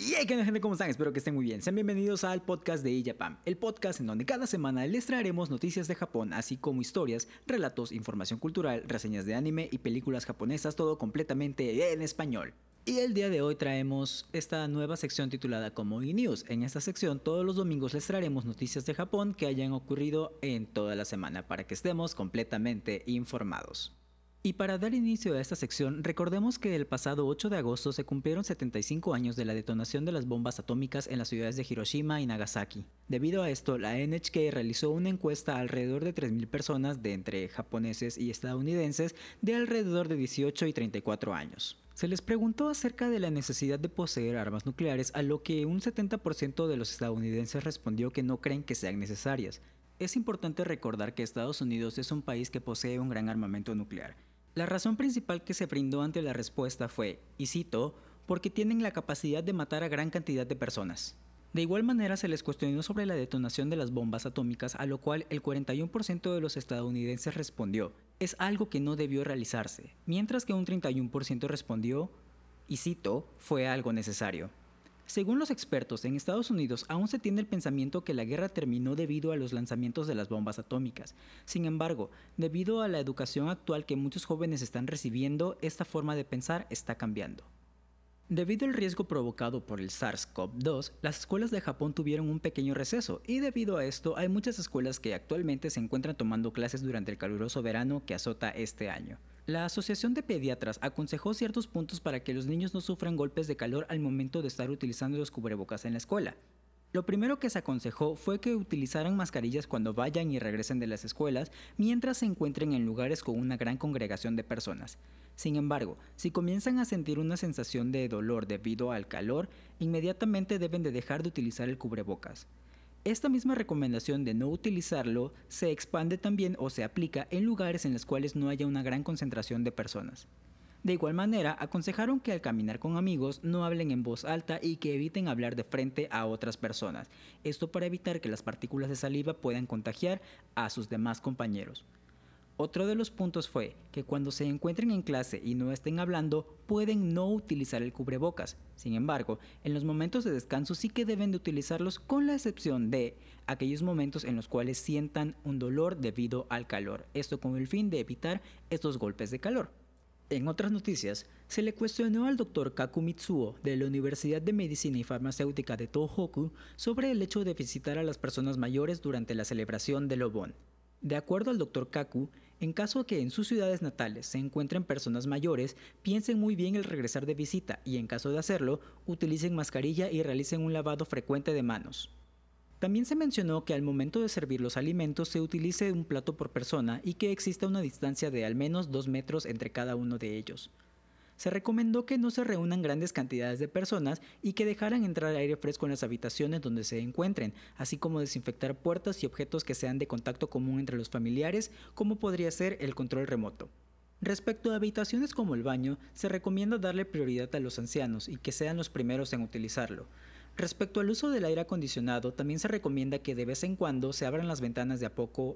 Y hey, ¿qué onda, gente? ¿Cómo están? Espero que estén muy bien. Sean bienvenidos al podcast de iJapan, el podcast en donde cada semana les traeremos noticias de Japón, así como historias, relatos, información cultural, reseñas de anime y películas japonesas, todo completamente en español. Y el día de hoy traemos esta nueva sección titulada como E-News. En esta sección todos los domingos les traeremos noticias de Japón que hayan ocurrido en toda la semana para que estemos completamente informados. Y para dar inicio a esta sección, recordemos que el pasado 8 de agosto se cumplieron 75 años de la detonación de las bombas atómicas en las ciudades de Hiroshima y Nagasaki. Debido a esto, la NHK realizó una encuesta a alrededor de 3.000 personas de entre japoneses y estadounidenses de alrededor de 18 y 34 años. Se les preguntó acerca de la necesidad de poseer armas nucleares, a lo que un 70% de los estadounidenses respondió que no creen que sean necesarias. Es importante recordar que Estados Unidos es un país que posee un gran armamento nuclear. La razón principal que se brindó ante la respuesta fue, y cito, porque tienen la capacidad de matar a gran cantidad de personas. De igual manera se les cuestionó sobre la detonación de las bombas atómicas, a lo cual el 41% de los estadounidenses respondió, es algo que no debió realizarse, mientras que un 31% respondió, y cito, fue algo necesario. Según los expertos, en Estados Unidos aún se tiene el pensamiento que la guerra terminó debido a los lanzamientos de las bombas atómicas. Sin embargo, debido a la educación actual que muchos jóvenes están recibiendo, esta forma de pensar está cambiando. Debido al riesgo provocado por el SARS-CoV-2, las escuelas de Japón tuvieron un pequeño receso y debido a esto hay muchas escuelas que actualmente se encuentran tomando clases durante el caluroso verano que azota este año. La Asociación de Pediatras aconsejó ciertos puntos para que los niños no sufran golpes de calor al momento de estar utilizando los cubrebocas en la escuela. Lo primero que se aconsejó fue que utilizaran mascarillas cuando vayan y regresen de las escuelas mientras se encuentren en lugares con una gran congregación de personas. Sin embargo, si comienzan a sentir una sensación de dolor debido al calor, inmediatamente deben de dejar de utilizar el cubrebocas. Esta misma recomendación de no utilizarlo se expande también o se aplica en lugares en los cuales no haya una gran concentración de personas. De igual manera, aconsejaron que al caminar con amigos no hablen en voz alta y que eviten hablar de frente a otras personas, esto para evitar que las partículas de saliva puedan contagiar a sus demás compañeros. Otro de los puntos fue que cuando se encuentren en clase y no estén hablando, pueden no utilizar el cubrebocas. Sin embargo, en los momentos de descanso sí que deben de utilizarlos con la excepción de aquellos momentos en los cuales sientan un dolor debido al calor. Esto con el fin de evitar estos golpes de calor. En otras noticias, se le cuestionó al Dr. Kaku Mitsuo de la Universidad de Medicina y Farmacéutica de Tohoku sobre el hecho de visitar a las personas mayores durante la celebración del Obon. De acuerdo al Dr. Kaku, en caso que en sus ciudades natales se encuentren personas mayores, piensen muy bien el regresar de visita y en caso de hacerlo, utilicen mascarilla y realicen un lavado frecuente de manos. También se mencionó que al momento de servir los alimentos se utilice un plato por persona y que exista una distancia de al menos 2 metros entre cada uno de ellos. Se recomendó que no se reúnan grandes cantidades de personas y que dejaran entrar aire fresco en las habitaciones donde se encuentren, así como desinfectar puertas y objetos que sean de contacto común entre los familiares, como podría ser el control remoto. Respecto a habitaciones como el baño, se recomienda darle prioridad a los ancianos y que sean los primeros en utilizarlo. Respecto al uso del aire acondicionado, también se recomienda que de vez en cuando se abran las ventanas de a poco,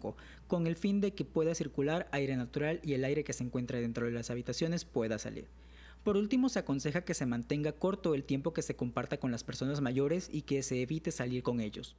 con el fin de que pueda circular aire natural y el aire que se encuentra dentro de las habitaciones pueda salir. Por último, se aconseja que se mantenga corto el tiempo que se comparta con las personas mayores y que se evite salir con ellos.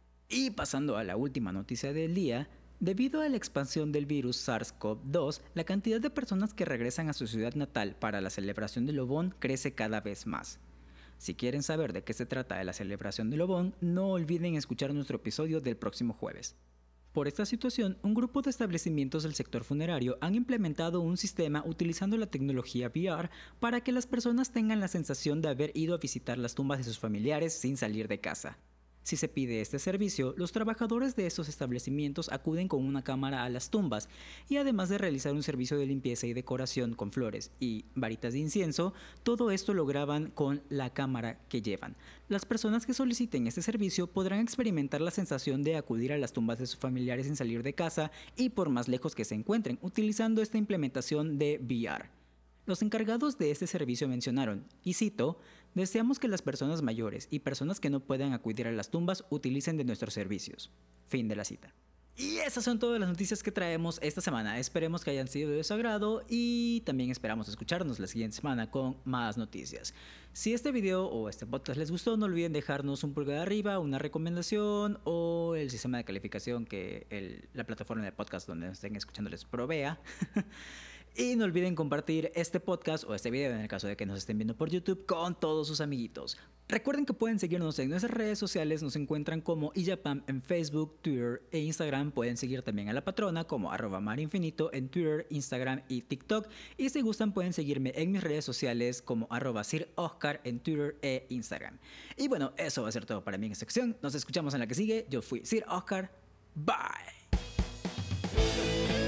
Y pasando a la última noticia del día, debido a la expansión del virus SARS-CoV-2, la cantidad de personas que regresan a su ciudad natal para la celebración del Obon crece cada vez más. Si quieren saber de qué se trata la celebración del Obon, no olviden escuchar nuestro episodio del próximo jueves. Por esta situación, un grupo de establecimientos del sector funerario han implementado un sistema utilizando la tecnología VR para que las personas tengan la sensación de haber ido a visitar las tumbas de sus familiares sin salir de casa. Si se pide este servicio, los trabajadores de estos establecimientos acuden con una cámara a las tumbas y además de realizar un servicio de limpieza y decoración con flores y varitas de incienso, todo esto lo graban con la cámara que llevan. Las personas que soliciten este servicio podrán experimentar la sensación de acudir a las tumbas de sus familiares sin salir de casa y por más lejos que se encuentren, utilizando esta implementación de VR. Los encargados de este servicio mencionaron, y cito, deseamos que las personas mayores y personas que no puedan acudir a las tumbas utilicen de nuestros servicios. Fin de la cita. Y esas son todas las noticias que traemos esta semana. Esperemos que hayan sido de su agrado y también esperamos escucharnos la siguiente semana con más noticias. Si este video o este podcast les gustó, no olviden dejarnos un pulgar arriba, una recomendación o el sistema de calificación que la plataforma de podcast donde nos estén escuchando les provea. Y no olviden compartir este podcast o este video en el caso de que nos estén viendo por YouTube con todos sus amiguitos. Recuerden que pueden seguirnos en nuestras redes sociales, nos encuentran como Iyapam en Facebook, Twitter e Instagram. Pueden seguir también a la patrona como @marinfinito en Twitter, Instagram y TikTok. Y si gustan pueden seguirme en mis redes sociales como @SirOscar en Twitter e Instagram. Y bueno, eso va a ser todo para mí en esta sección. Nos escuchamos en la que sigue. Yo fui Sir Oscar. Bye.